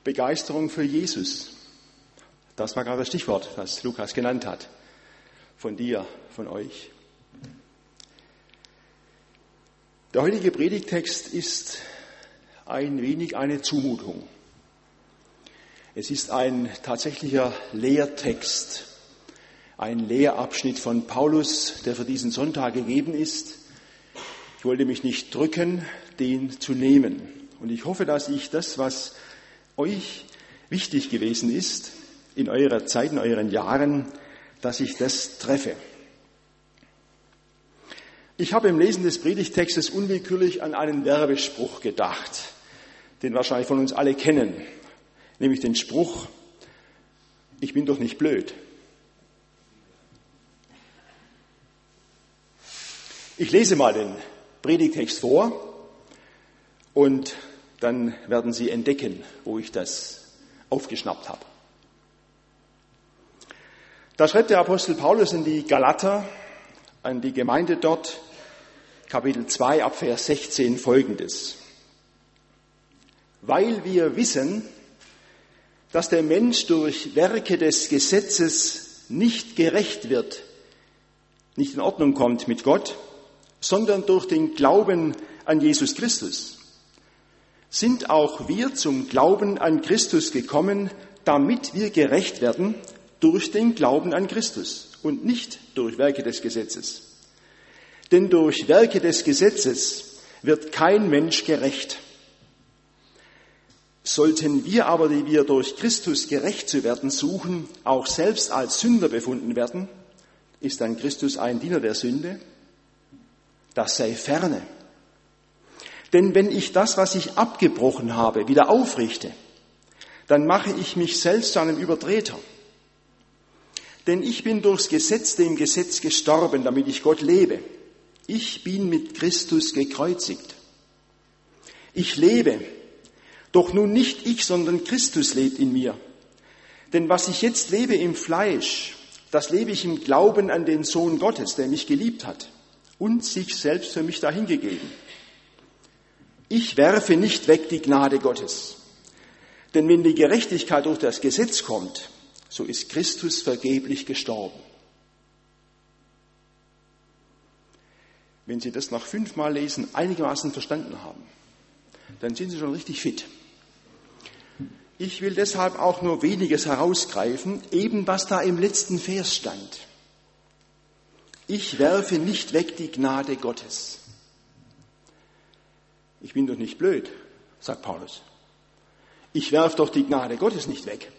Begeisterung für Jesus. Das war gerade das Stichwort, das Lukas genannt hat. Von dir, von euch. Der heutige Predigtext ist ein wenig eine Zumutung. Es ist ein tatsächlicher Lehrtext, ein Lehrabschnitt von Paulus, der für diesen Sonntag gegeben ist. Ich wollte mich nicht drücken, den zu nehmen. Und ich hoffe, dass ich das, was euch wichtig gewesen ist, in eurer Zeit, in euren Jahren, dass ich das treffe. Ich habe im Lesen des Predigtextes unwillkürlich an einen Werbespruch gedacht, den wahrscheinlich von uns alle kennen, nämlich den Spruch, ich bin doch nicht blöd. Ich lese mal den Predigtext vor und dann werden Sie entdecken, wo ich das aufgeschnappt habe. Da schreibt der Apostel Paulus in die Galater, an die Gemeinde dort, Kapitel 2 ab Vers 16 folgendes. Weil wir wissen, dass der Mensch durch Werke des Gesetzes nicht gerecht wird, nicht in Ordnung kommt mit Gott, sondern durch den Glauben an Jesus Christus, sind auch wir zum Glauben an Christus gekommen, damit wir gerecht werden durch den Glauben an Christus und nicht durch Werke des Gesetzes. Denn durch Werke des Gesetzes wird kein Mensch gerecht. Sollten wir aber, die wir durch Christus gerecht zu werden suchen, auch selbst als Sünder befunden werden, ist dann Christus ein Diener der Sünde? Das sei ferne. Denn wenn ich das, was ich abgebrochen habe, wieder aufrichte, dann mache ich mich selbst zu einem Übertreter. Denn ich bin durchs Gesetz dem Gesetz gestorben, damit ich Gott lebe. Ich bin mit Christus gekreuzigt. Ich lebe, doch nun nicht ich, sondern Christus lebt in mir. Denn was ich jetzt lebe im Fleisch, das lebe ich im Glauben an den Sohn Gottes, der mich geliebt hat und sich selbst für mich dahingegeben. Ich werfe nicht weg die Gnade Gottes. Denn wenn die Gerechtigkeit durch das Gesetz kommt, so ist Christus vergeblich gestorben. Wenn Sie das nach 5-mal Lesen einigermaßen verstanden haben, dann sind Sie schon richtig fit. Ich will deshalb auch nur weniges herausgreifen, eben was da im letzten Vers stand. Ich werfe nicht weg die Gnade Gottes. Ich bin doch nicht blöd, sagt Paulus. Ich werfe doch die Gnade Gottes nicht weg.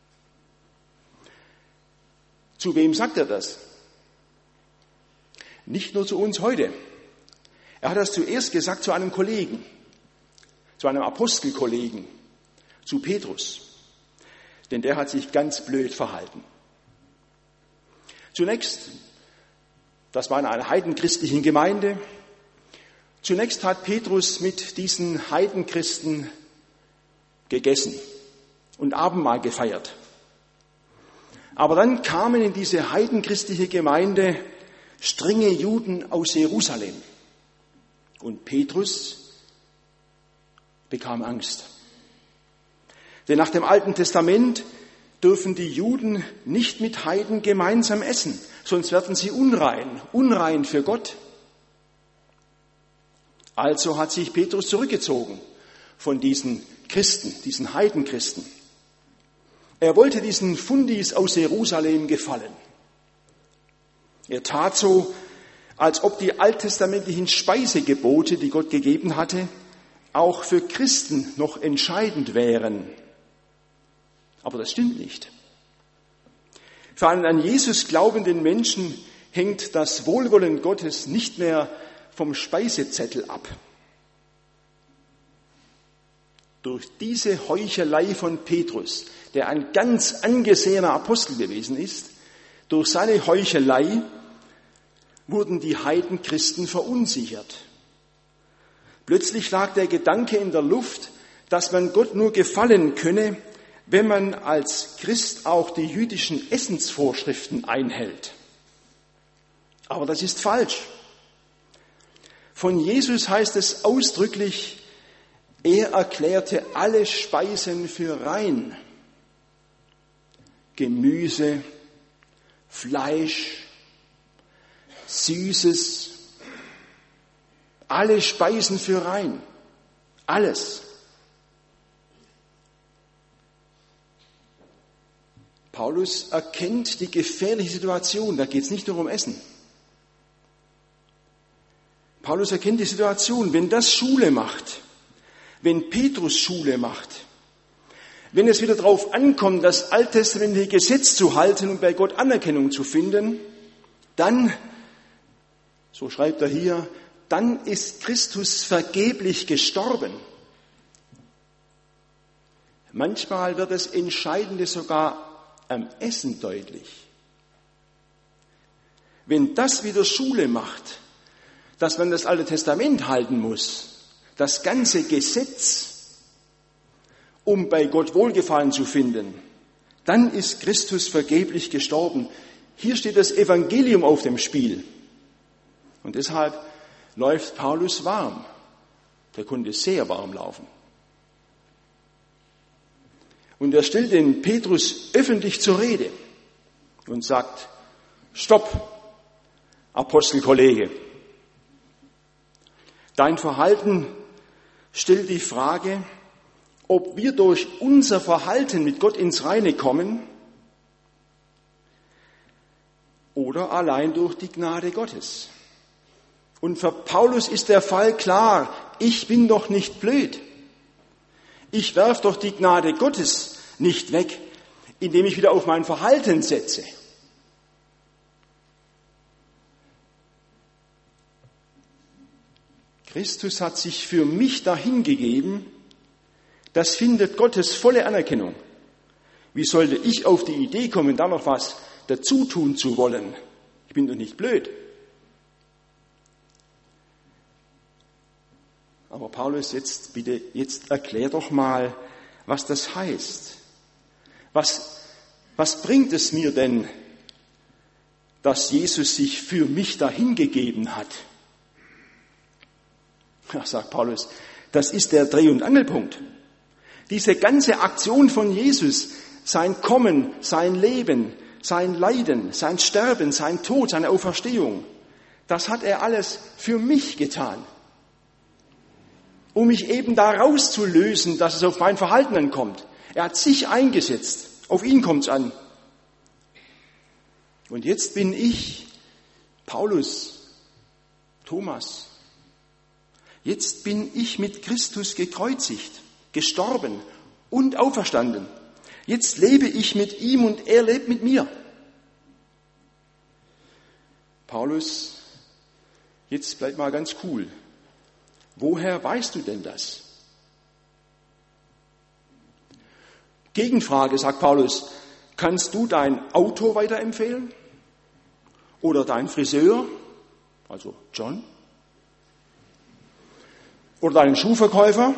Zu wem sagt er das? Nicht nur zu uns heute. Er hat das zuerst gesagt zu einem Kollegen, zu einem Apostelkollegen, zu Petrus. Denn der hat sich ganz blöd verhalten. Zunächst, das war in einer heidenchristlichen Gemeinde, zunächst hat Petrus mit diesen Heidenchristen gegessen und Abendmahl gefeiert. Aber dann kamen in diese heidenchristliche Gemeinde strenge Juden aus Jerusalem. Und Petrus bekam Angst. Denn nach dem Alten Testament dürfen die Juden nicht mit Heiden gemeinsam essen, sonst werden sie unrein für Gott. Also hat sich Petrus zurückgezogen von diesen Christen, diesen Heidenchristen. Er wollte diesen Fundis aus Jerusalem gefallen. Er tat so, als ob die alttestamentlichen Speisegebote, die Gott gegeben hatte, auch für Christen noch entscheidend wären. Aber das stimmt nicht. Für einen an Jesus glaubenden Menschen hängt das Wohlwollen Gottes nicht mehr vom Speisezettel ab. Durch diese Heuchelei von Petrus, der ein ganz angesehener Apostel gewesen ist, durch seine Heuchelei wurden die Heidenchristen verunsichert. Plötzlich lag der Gedanke in der Luft, dass man Gott nur gefallen könne, wenn man als Christ auch die jüdischen Essensvorschriften einhält. Aber das ist falsch. Von Jesus heißt es ausdrücklich, Er erklärte alle Speisen für rein. Gemüse, Fleisch, Süßes, alle Speisen für rein. Alles. Paulus erkennt die gefährliche Situation. Da geht es nicht nur um Essen. Paulus erkennt die Situation, wenn das Schule macht, wenn Petrus Schule macht, wenn es wieder darauf ankommt, das alttestamentliche Gesetz zu halten und bei Gott Anerkennung zu finden, dann, so schreibt er hier, dann ist Christus vergeblich gestorben. Manchmal wird das Entscheidende sogar am Essen deutlich. Wenn das wieder Schule macht, dass man das Alte Testament halten muss, das ganze Gesetz, um bei Gott Wohlgefallen zu finden, dann ist Christus vergeblich gestorben. Hier steht das Evangelium auf dem Spiel. Und deshalb läuft Paulus warm. Der konnte sehr warm laufen. Und er stellt den Petrus öffentlich zur Rede und sagt, Stopp, Apostelkollege. Dein Verhalten stellt die Frage, ob wir durch unser Verhalten mit Gott ins Reine kommen oder allein durch die Gnade Gottes. Und für Paulus ist der Fall klar, ich bin doch nicht blöd. Ich werfe doch die Gnade Gottes nicht weg, indem ich wieder auf mein Verhalten setze. Christus hat sich für mich dahingegeben, das findet Gottes volle Anerkennung. Wie sollte ich auf die Idee kommen, da noch was dazu tun zu wollen? Ich bin doch nicht blöd. Aber Paulus, jetzt erklär doch mal, was das heißt. Was bringt es mir denn, dass Jesus sich für mich dahingegeben hat? Ja, sagt Paulus, das ist der Dreh- und Angelpunkt. Diese ganze Aktion von Jesus, sein Kommen, sein Leben, sein Leiden, sein Sterben, sein Tod, seine Auferstehung, das hat er alles für mich getan. Um mich eben da rauszulösen, dass es auf mein Verhalten ankommt. Er hat sich eingesetzt. Auf ihn kommt es an. Und jetzt bin ich, Paulus, Thomas, jetzt bin ich mit Christus gekreuzigt, gestorben und auferstanden. Jetzt lebe ich mit ihm und er lebt mit mir. Paulus, jetzt bleib mal ganz cool. Woher weißt du denn das? Gegenfrage, sagt Paulus, kannst du dein Auto weiterempfehlen? Oder dein Friseur, also John? Oder deinen Schuhverkäufer?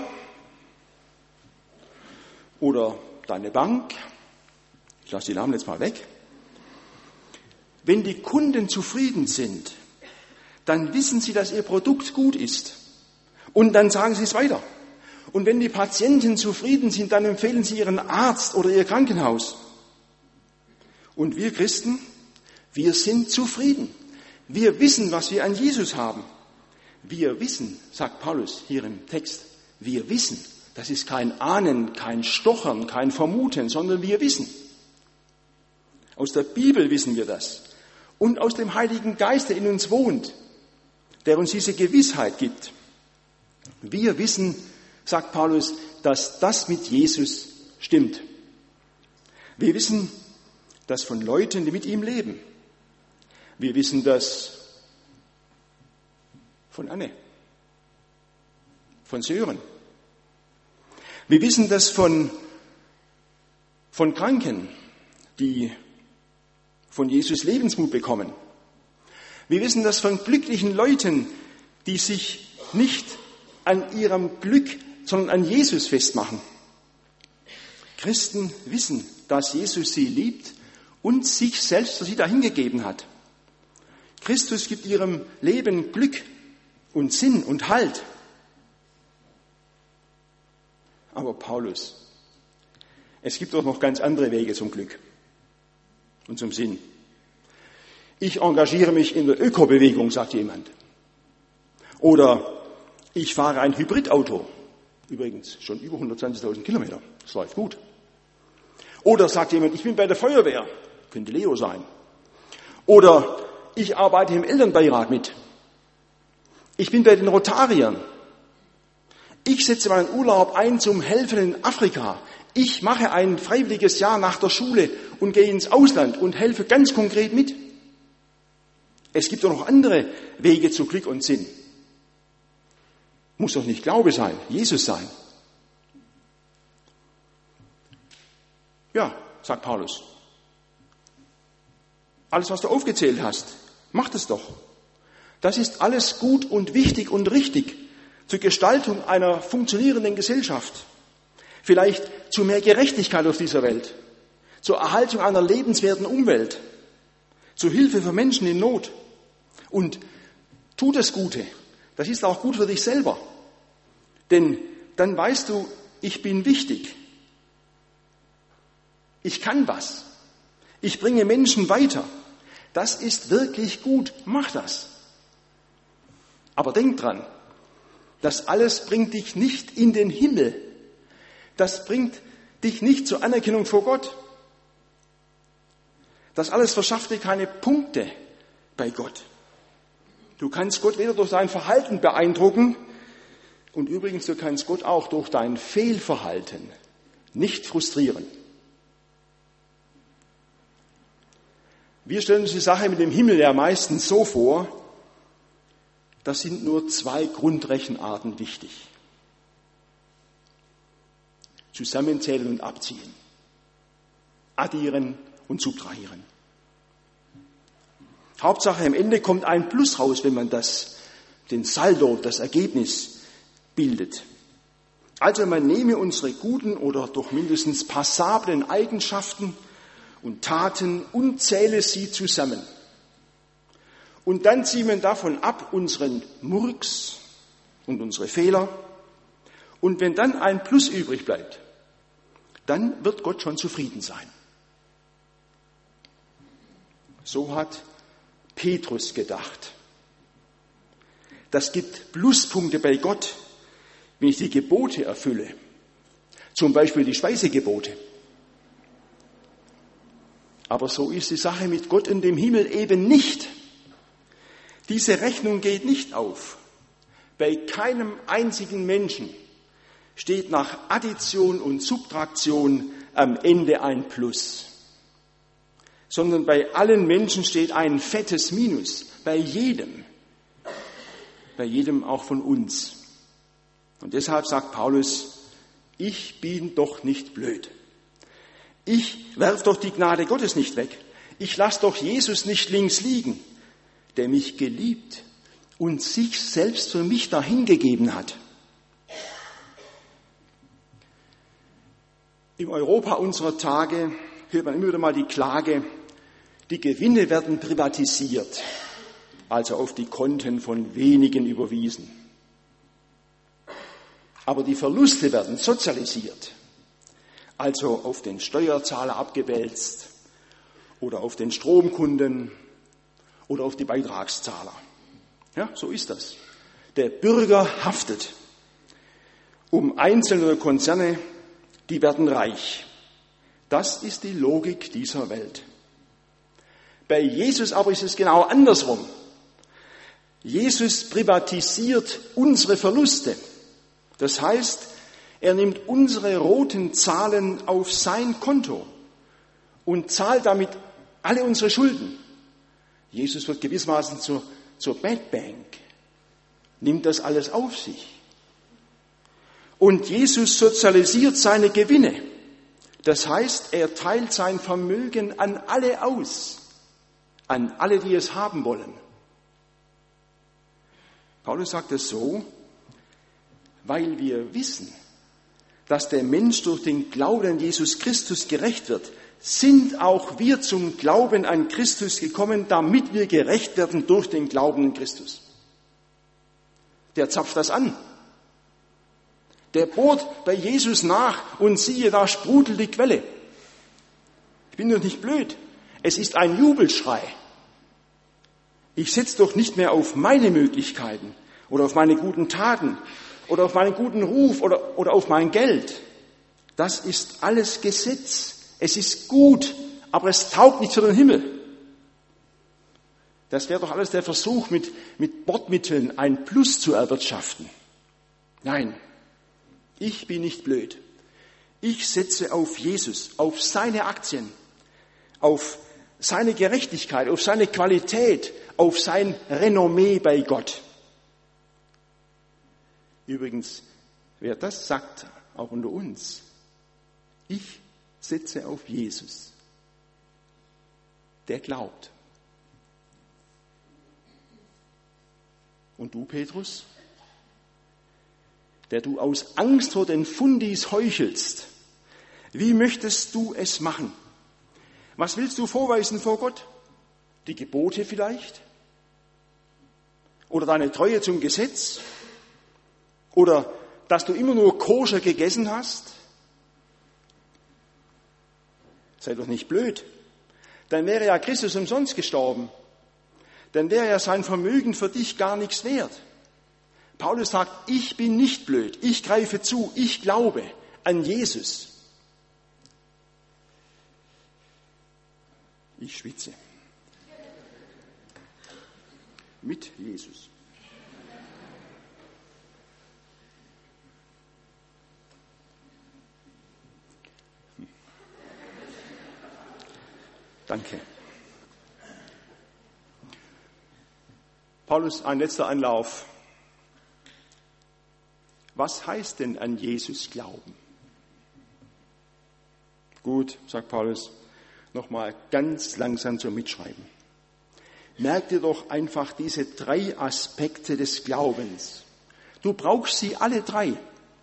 Oder deine Bank? Ich lasse die Namen jetzt mal weg. Wenn die Kunden zufrieden sind, dann wissen sie, dass ihr Produkt gut ist. Und dann sagen sie es weiter. Und wenn die Patienten zufrieden sind, dann empfehlen sie ihren Arzt oder ihr Krankenhaus. Und wir Christen, wir sind zufrieden. Wir wissen, was wir an Jesus haben. Wir wissen, sagt Paulus hier im Text, wir wissen. Das ist kein Ahnen, kein Stochern, kein Vermuten, sondern wir wissen. Aus der Bibel wissen wir das. Und aus dem Heiligen Geist, der in uns wohnt, der uns diese Gewissheit gibt. Wir wissen, sagt Paulus, dass das mit Jesus stimmt. Wir wissen das von Leuten, die mit ihm leben. Wir wissen das von Anne, von Sören. Wir wissen das von Kranken, die von Jesus Lebensmut bekommen. Wir wissen das von glücklichen Leuten, die sich nicht an ihrem Glück, sondern an Jesus festmachen. Christen wissen, dass Jesus sie liebt und sich selbst für sie dahingegeben hat. Christus gibt ihrem Leben Glück und Sinn und Halt. Aber Paulus, es gibt doch noch ganz andere Wege zum Glück und zum Sinn. Ich engagiere mich in der Ökobewegung, sagt jemand. Oder ich fahre ein Hybridauto. Übrigens schon über 120.000 Kilometer. Das läuft gut. Oder sagt jemand, ich bin bei der Feuerwehr. Könnte Leo sein. Oder ich arbeite im Elternbeirat mit. Ich bin bei den Rotariern. Ich setze meinen Urlaub ein zum Helfen in Afrika. Ich mache ein freiwilliges Jahr nach der Schule und gehe ins Ausland und helfe ganz konkret mit. Es gibt doch noch andere Wege zu Glück und Sinn. Muss doch nicht Glaube sein, Jesus sein. Ja, sagt Paulus. Alles, was du aufgezählt hast, mach das doch. Das ist alles gut und wichtig und richtig zur Gestaltung einer funktionierenden Gesellschaft. Vielleicht zu mehr Gerechtigkeit auf dieser Welt, zur Erhaltung einer lebenswerten Umwelt, zur Hilfe für Menschen in Not. Und tu das Gute. Das ist auch gut für dich selber. Denn dann weißt du, ich bin wichtig. Ich kann was. Ich bringe Menschen weiter. Das ist wirklich gut. Mach das. Aber denk dran, das alles bringt dich nicht in den Himmel. Das bringt dich nicht zur Anerkennung vor Gott. Das alles verschafft dir keine Punkte bei Gott. Du kannst Gott weder durch dein Verhalten beeindrucken und übrigens du kannst Gott auch durch dein Fehlverhalten nicht frustrieren. Wir stellen uns die Sache mit dem Himmel ja meistens so vor, das sind nur 2 Grundrechenarten wichtig. Zusammenzählen und abziehen. Addieren und subtrahieren. Hauptsache am Ende kommt ein Plus raus, wenn man den Saldo, das Ergebnis bildet. Also man nehme unsere guten oder doch mindestens passablen Eigenschaften und Taten und zähle sie zusammen. Und dann ziehen wir davon ab unseren Murks und unsere Fehler. Und wenn dann ein Plus übrig bleibt, dann wird Gott schon zufrieden sein. So hat Petrus gedacht. Das gibt Pluspunkte bei Gott, wenn ich die Gebote erfülle. Zum Beispiel die Speisegebote. Aber so ist die Sache mit Gott in dem Himmel eben nicht. Diese Rechnung geht nicht auf. Bei keinem einzigen Menschen steht nach Addition und Subtraktion am Ende ein Plus. Sondern bei allen Menschen steht ein fettes Minus. Bei jedem auch von uns. Und deshalb sagt Paulus, ich bin doch nicht blöd. Ich werf doch die Gnade Gottes nicht weg. Ich lasse doch Jesus nicht links liegen, der mich geliebt und sich selbst für mich dahingegeben hat. Im Europa unserer Tage hört man immer wieder mal die Klage, die Gewinne werden privatisiert, also auf die Konten von wenigen überwiesen. Aber die Verluste werden sozialisiert, also auf den Steuerzahler abgewälzt oder auf den Stromkunden oder auf die Beitragszahler. Ja, so ist das. Der Bürger haftet. Einzelne Konzerne, die werden reich. Das ist die Logik dieser Welt. Bei Jesus aber ist es genau andersrum. Jesus privatisiert unsere Verluste. Das heißt, er nimmt unsere roten Zahlen auf sein Konto und zahlt damit alle unsere Schulden. Jesus wird gewissermaßen zur Bad Bank, nimmt das alles auf sich. Und Jesus sozialisiert seine Gewinne. Das heißt, er teilt sein Vermögen an alle aus, an alle, die es haben wollen. Paulus sagt es so, weil wir wissen, dass der Mensch durch den Glauben an Jesus Christus gerecht wird, sind auch wir zum Glauben an Christus gekommen, damit wir gerecht werden durch den Glauben an Christus. Der zapft das an. Der bohrt bei Jesus nach und siehe, da sprudelt die Quelle. Ich bin doch nicht blöd. Es ist ein Jubelschrei. Ich setze doch nicht mehr auf meine Möglichkeiten oder auf meine guten Taten oder auf meinen guten Ruf oder auf mein Geld. Das ist alles Gesetz. Es ist gut, aber es taugt nicht für den Himmel. Das wäre doch alles der Versuch, mit Bordmitteln ein Plus zu erwirtschaften. Nein, ich bin nicht blöd. Ich setze auf Jesus, auf seine Aktien, auf seine Gerechtigkeit, auf seine Qualität, auf sein Renommee bei Gott. Übrigens, wer das sagt, auch unter uns, ich setze auf Jesus, der glaubt. Und du, Petrus, der du aus Angst vor den Fundis heuchelst, wie möchtest du es machen? Was willst du vorweisen vor Gott? Die Gebote vielleicht? Oder deine Treue zum Gesetz? Oder dass du immer nur koscher gegessen hast? Sei doch nicht blöd. Dann wäre ja Christus umsonst gestorben. Dann wäre ja sein Vermögen für dich gar nichts wert. Paulus sagt, ich bin nicht blöd, ich greife zu, ich glaube an Jesus. Ich schwitze. Mit Jesus. Danke. Paulus, ein letzter Anlauf. Was heißt denn an Jesus glauben? Gut, sagt Paulus, nochmal ganz langsam zum Mitschreiben. Merk dir doch einfach diese 3 Aspekte des Glaubens. Du brauchst sie alle 3.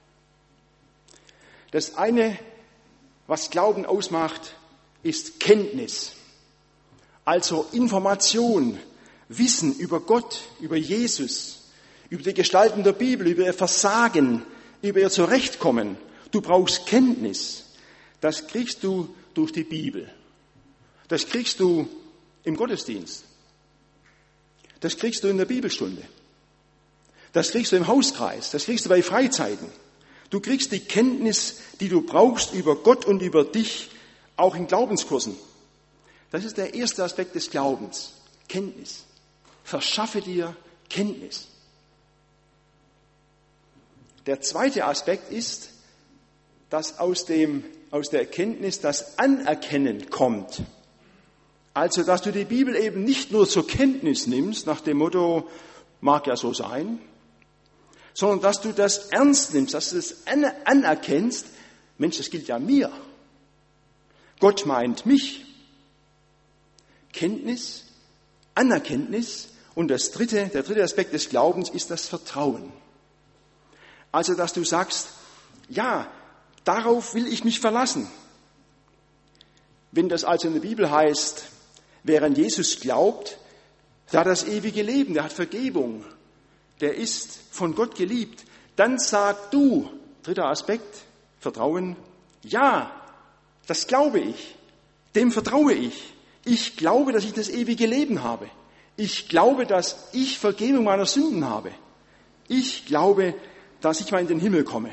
Das eine, was Glauben ausmacht, ist Kenntnis. Also Information, Wissen über Gott, über Jesus, über die Gestalten der Bibel, über ihr Versagen, über ihr Zurechtkommen. Du brauchst Kenntnis. Das kriegst du durch die Bibel. Das kriegst du im Gottesdienst. Das kriegst du in der Bibelstunde. Das kriegst du im Hauskreis. Das kriegst du bei Freizeiten. Du kriegst die Kenntnis, die du brauchst über Gott und über dich, auch in Glaubenskursen. Das ist der erste Aspekt des Glaubens. Kenntnis. Verschaffe dir Kenntnis. Der zweite Aspekt ist, dass aus der Erkenntnis das Anerkennen kommt. Also, dass du die Bibel eben nicht nur zur Kenntnis nimmst, nach dem Motto, mag ja so sein, sondern dass du das ernst nimmst, dass du das anerkennst, Mensch, das gilt ja mir. Gott meint mich. Kenntnis, Anerkenntnis und der dritte Aspekt des Glaubens ist das Vertrauen. Also, dass du sagst, ja, darauf will ich mich verlassen. Wenn das also in der Bibel heißt, wer an Jesus glaubt, der hat das ewige Leben, der hat Vergebung, der ist von Gott geliebt, dann sag du, dritter Aspekt, Vertrauen, ja, das glaube ich, dem vertraue ich. Ich glaube, dass ich das ewige Leben habe. Ich glaube, dass ich Vergebung meiner Sünden habe. Ich glaube, dass ich mal in den Himmel komme.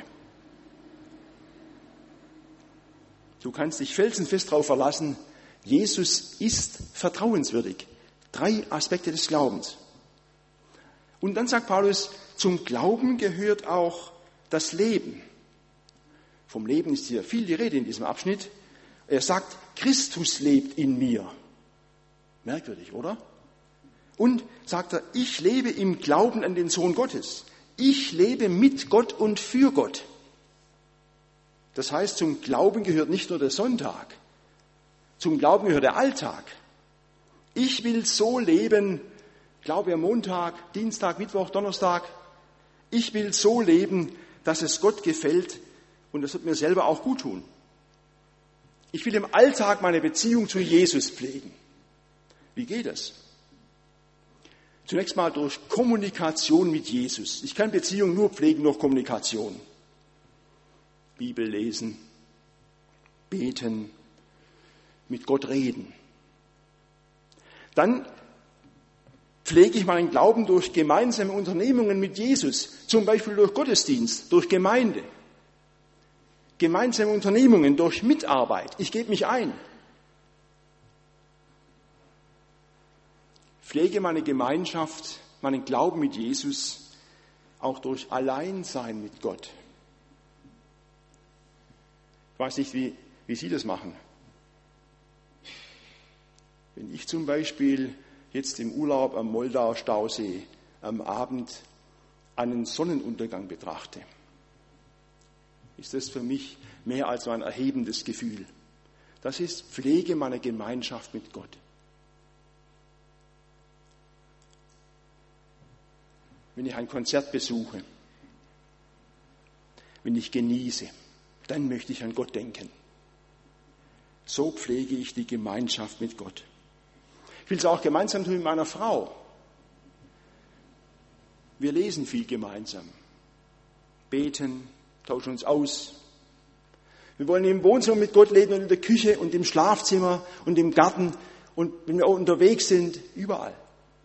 Du kannst dich felsenfest darauf verlassen, Jesus ist vertrauenswürdig. 3 Aspekte des Glaubens. Und dann sagt Paulus, zum Glauben gehört auch das Leben. Vom Leben ist hier viel die Rede in diesem Abschnitt. Er sagt, Christus lebt in mir. Merkwürdig, oder? Und sagt er, ich lebe im Glauben an den Sohn Gottes. Ich lebe mit Gott und für Gott. Das heißt, zum Glauben gehört nicht nur der Sonntag. Zum Glauben gehört der Alltag. Ich will so leben, glaube am Montag, Dienstag, Mittwoch, Donnerstag. Ich will so leben, dass es Gott gefällt und das wird mir selber auch gut tun. Ich will im Alltag meine Beziehung zu Jesus pflegen. Wie geht das? Zunächst mal durch Kommunikation mit Jesus. Ich kann Beziehung nur pflegen durch Kommunikation. Bibel lesen, beten, mit Gott reden. Dann pflege ich meinen Glauben durch gemeinsame Unternehmungen mit Jesus, zum Beispiel durch Gottesdienst, durch Gemeinde. Gemeinsame Unternehmungen durch Mitarbeit. Ich gebe mich ein. Pflege meine Gemeinschaft, meinen Glauben mit Jesus, auch durch Alleinsein mit Gott. Ich weiß nicht, wie Sie das machen. Wenn ich zum Beispiel jetzt im Urlaub am Moldauer Stausee am Abend einen Sonnenuntergang betrachte, ist das für mich mehr als so ein erhebendes Gefühl. Das ist Pflege meiner Gemeinschaft mit Gott. Wenn ich ein Konzert besuche, wenn ich genieße, dann möchte ich an Gott denken. So pflege ich die Gemeinschaft mit Gott. Ich will es auch gemeinsam tun mit meiner Frau. Wir lesen viel gemeinsam, beten, tauschen uns aus. Wir wollen im Wohnzimmer mit Gott leben und in der Küche und im Schlafzimmer und im Garten und wenn wir unterwegs sind, überall.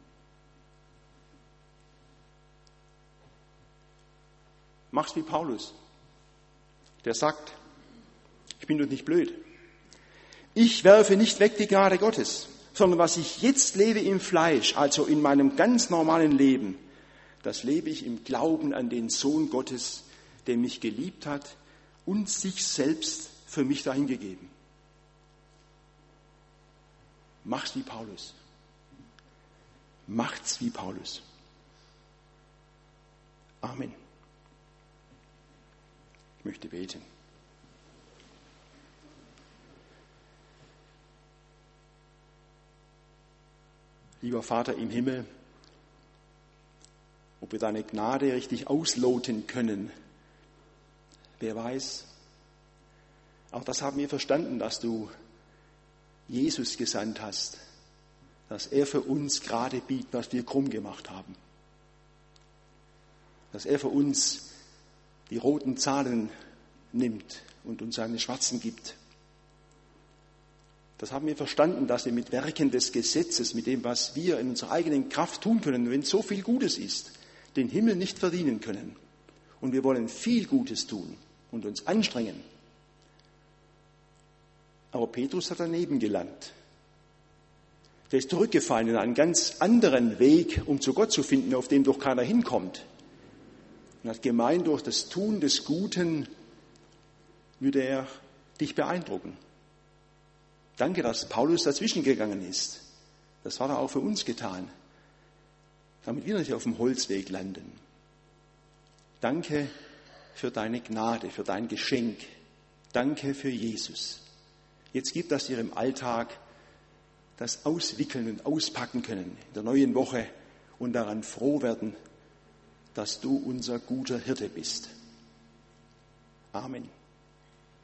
Mach's wie Paulus, der sagt, ich bin doch nicht blöd. Ich werfe nicht weg die Gnade Gottes, sondern was ich jetzt lebe im Fleisch, also in meinem ganz normalen Leben, das lebe ich im Glauben an den Sohn Gottes, der mich geliebt hat und sich selbst für mich dahingegeben. Mach's wie Paulus. Macht's wie Paulus. Amen. Ich möchte beten. Lieber Vater im Himmel, ob wir deine Gnade richtig ausloten können, wer weiß. Auch das haben wir verstanden, dass du Jesus gesandt hast, dass er für uns gerade biegt, was wir krumm gemacht haben. Dass er für uns die roten Zahlen nimmt und uns seine schwarzen gibt. Das haben wir verstanden, dass wir mit Werken des Gesetzes, mit dem, was wir in unserer eigenen Kraft tun können, wenn so viel Gutes ist, den Himmel nicht verdienen können. Und wir wollen viel Gutes tun und uns anstrengen. Aber Petrus hat daneben gelangt. Der ist zurückgefallen in einen ganz anderen Weg, um zu Gott zu finden, auf dem doch keiner hinkommt. Und hat gemeint, durch das Tun des Guten würde er dich beeindrucken. Danke, dass Paulus dazwischen gegangen ist. Das hat er auch für uns getan, damit wir nicht auf dem Holzweg landen. Danke für deine Gnade, für dein Geschenk. Danke für Jesus. Jetzt gibt das ihr im Alltag das auswickeln und auspacken können in der neuen Woche und daran froh werden, dass du unser guter Hirte bist. Amen.